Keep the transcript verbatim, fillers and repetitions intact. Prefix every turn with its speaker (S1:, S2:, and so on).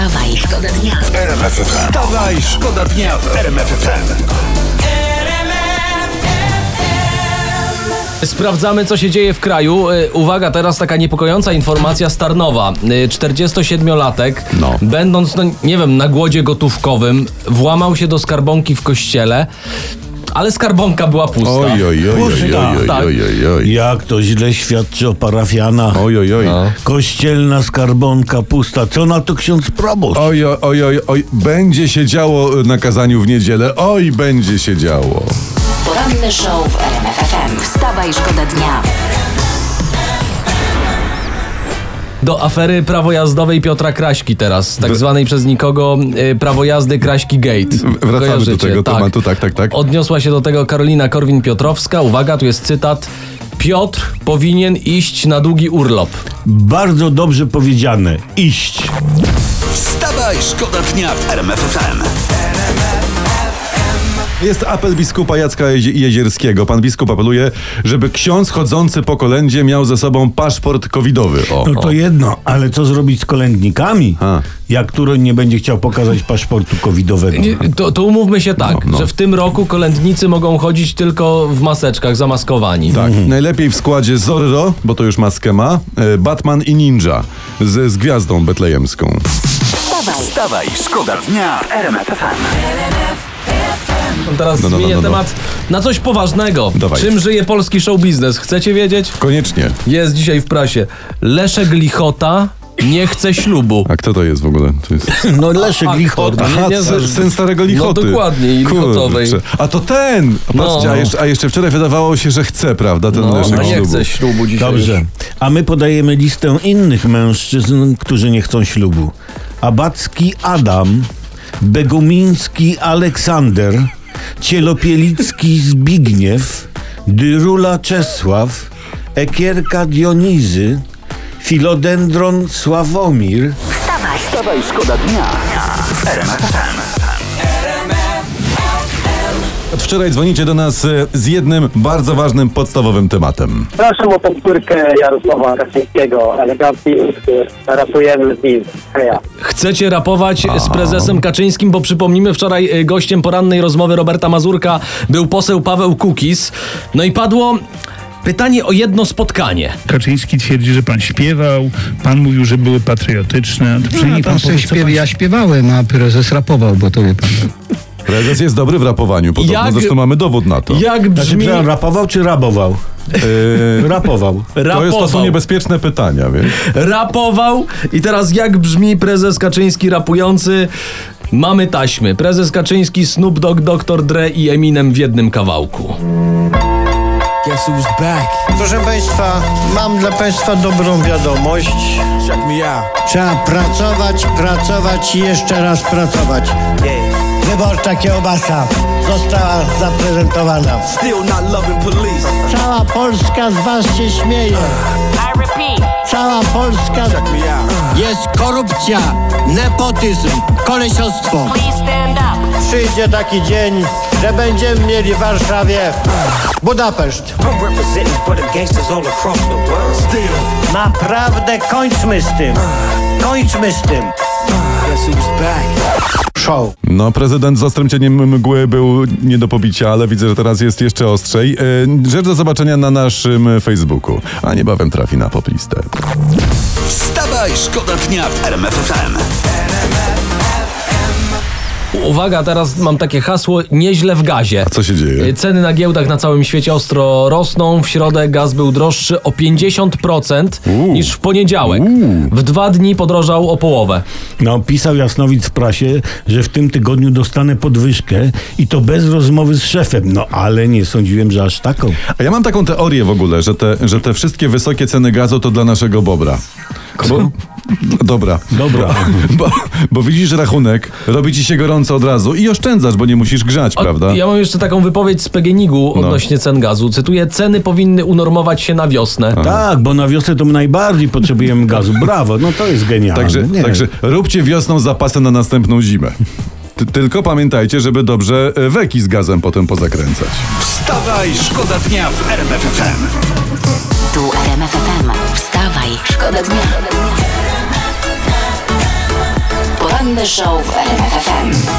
S1: Wstawaj, szkoda dnia w R M F F M.
S2: Wstawaj, szkoda dnia w R M F F M.
S3: Sprawdzamy, co się dzieje w kraju. Uwaga, teraz taka niepokojąca informacja z Tarnowa. czterdziestosiedmiolatek,
S4: no.
S3: będąc, no nie wiem, na głodzie gotówkowym, włamał się do skarbonki w kościele, ale skarbonka była pusta.
S4: Oj, oj, oj, oj, oj, oj,
S3: Tak.
S4: oj, oj, oj.
S5: Jak to źle świadczy o parafianach.
S4: Oj, oj, oj.
S3: No.
S5: Kościelna skarbonka pusta. Co na to ksiądz proboszcz?
S4: Oj, oj, oj, oj, oj. Będzie się działo na kazaniu w niedzielę. Oj, będzie się działo.
S1: Poranny show w R M F F M. Wstawaj, szkoda dnia.
S3: Do afery prawojazdowej Piotra Kraśki teraz, tak
S4: Wy-
S3: zwanej przez nikogo y, prawo jazdy Kraśki Gate.
S4: Wracamy
S3: Kojarzycie?
S4: do tego
S3: Tak.
S4: tematu, tak, tak, tak.
S3: Odniosła się do tego Karolina Korwin-Piotrowska. Uwaga, tu jest cytat. Piotr powinien iść na długi urlop.
S5: Bardzo dobrze powiedziane. Iść.
S2: Wstawaj, szkoda dnia w R M F F M.
S4: Jest apel biskupa Jacka Jezi- Jezierskiego. Pan biskup apeluje, żeby ksiądz chodzący po kolędzie miał ze sobą paszport covidowy. O,
S5: No to
S4: o.
S5: jedno, ale co zrobić z kolędnikami?
S4: A.
S5: Jak który nie będzie chciał pokazać paszportu covidowego?
S3: Nie, To, to umówmy się tak,
S4: No, no.
S3: że w tym roku kolędnicy mogą chodzić tylko w maseczkach, zamaskowani.
S4: Tak, najlepiej w składzie Zorro, bo to już maskę ma, e, Batman i Ninja z, z gwiazdą betlejemską.
S1: Wstawaj,
S2: Wstawaj, szkoda dnia w R M F F M.
S3: Teraz
S4: No, no, no,
S3: zmienię
S4: no, no.
S3: temat na coś poważnego.
S4: Dawaj.
S3: Czym żyje polski show biznes? Chcecie wiedzieć?
S4: Koniecznie.
S3: Jest dzisiaj w prasie. Leszek Lichota nie chce ślubu.
S4: A kto to jest w ogóle? To jest...
S5: No Leszek
S3: Aktor,
S5: Lichota.
S3: nie?
S4: Aha,
S3: nie,
S4: syn- syn starego Lichoty.
S3: No dokładnie, i Lichotowej.
S4: Kurczę. A to ten! A,
S3: No.
S4: patrzcie, a, jeszcze, a jeszcze wczoraj wydawało się, że chce, prawda, ten
S3: No,
S4: Leszek
S3: a nie
S4: ślubu.
S3: chce ślubu dzisiaj.
S5: Dobrze. A my podajemy listę innych mężczyzn, którzy nie chcą ślubu. Abacki Adam, Begumiński Aleksander, Cielopielicki Zbigniew, Dyrula Czesław, Ekierka Dionizy, Filodendron Sławomir.
S1: wstawaj,
S2: Wstawaj, szkoda dnia w R M F F M.
S4: Od wczoraj dzwonicie do nas e, z jednym bardzo ważnym, podstawowym tematem.
S6: Proszę o powtórkę Jarosława Kaczyńskiego, elegancki utwór. Ratujemy z nim. Heja.
S3: Chcecie rapować z prezesem Kaczyńskim, bo przypomnijmy, wczoraj y, gościem porannej rozmowy Roberta Mazurka był poseł Paweł Kukiz. No i padło pytanie o jedno spotkanie.
S7: Kaczyński twierdzi, że pan śpiewał, pan mówił, że były patriotyczne. To przynajmniej pan
S8: Pan
S7: powie,
S8: se
S7: co
S8: śpiew,
S7: pan...
S8: ja śpiewałem, a prezes rapował, bo to wie pan.
S4: Prezes jest dobry w rapowaniu, podobno.
S3: Jak-
S4: Zresztą mamy dowód na to.
S3: Jak
S5: Znaczy,
S3: brzmi...
S5: przepraszam, rapował czy rabował?
S4: E,
S5: Rapował.
S4: to, jest, to są
S3: Rapował.
S4: niebezpieczne pytania, wiesz?
S3: Rapował i teraz jak brzmi prezes Kaczyński rapujący? Mamy taśmy. Prezes Kaczyński, Snoop Dogg, doktor Dre i Eminem w jednym kawałku.
S9: Proszę Państwa, mam dla Państwa dobrą wiadomość. Trzeba pracować, pracować i jeszcze raz pracować. Wyborcza kiełbasa została zaprezentowana. Cała Polska z Was się śmieje. Cała Polska jest korupcja, nepotyzm, kolesiostwo. Przyjdzie taki dzień, że będziemy mieli w Warszawie Budapeszt. Naprawdę kończmy z tym. Kończmy z tym. Show.
S4: No, prezydent z ostrym cieniem mgły był nie do pobicia, ale widzę, że teraz jest jeszcze ostrzej. E, rzecz do zobaczenia na naszym Facebooku, a niebawem trafi na poplistę.
S2: Wstawaj, szkoda dnia w R M F F M.
S3: Uwaga, teraz mam takie hasło, nieźle w gazie.
S4: A co się dzieje?
S3: Y, Ceny na giełdach na całym świecie ostro rosną. W środę gaz był droższy o pięćdziesiąt procent
S4: Uuu.
S3: niż w poniedziałek.
S4: Uuu.
S3: W dwa dni podrożał o połowę.
S5: No, pisał Jasnowidz w prasie, że w tym tygodniu dostanę podwyżkę i to bez rozmowy z szefem. No, ale nie sądziłem, że aż taką.
S4: A ja mam taką teorię w ogóle, że te, że te wszystkie wysokie ceny gazu to dla naszego bobra. Bo, dobra.
S5: Dobra.
S4: Bo, bo widzisz rachunek, robi ci się gorąco od razu i oszczędzasz, bo nie musisz grzać,
S3: O,
S4: prawda?
S3: Ja mam jeszcze taką wypowiedź z P G N I G-u
S4: No.
S3: odnośnie cen gazu. Cytuję, ceny powinny unormować się na wiosnę.
S5: Tak, bo na wiosnę to my najbardziej potrzebujemy gazu. Brawo, no to jest genialne.
S4: Także,
S5: Nie.
S4: także róbcie wiosną zapasy na następną zimę. Ty, tylko pamiętajcie, żeby dobrze e, weki z gazem potem pozakręcać.
S2: Wstawaj, szkoda dnia w R M F F M.
S1: tu R M F F M. Wstawaj, szkoda dnia. Poranny Poranny show w R M F F M.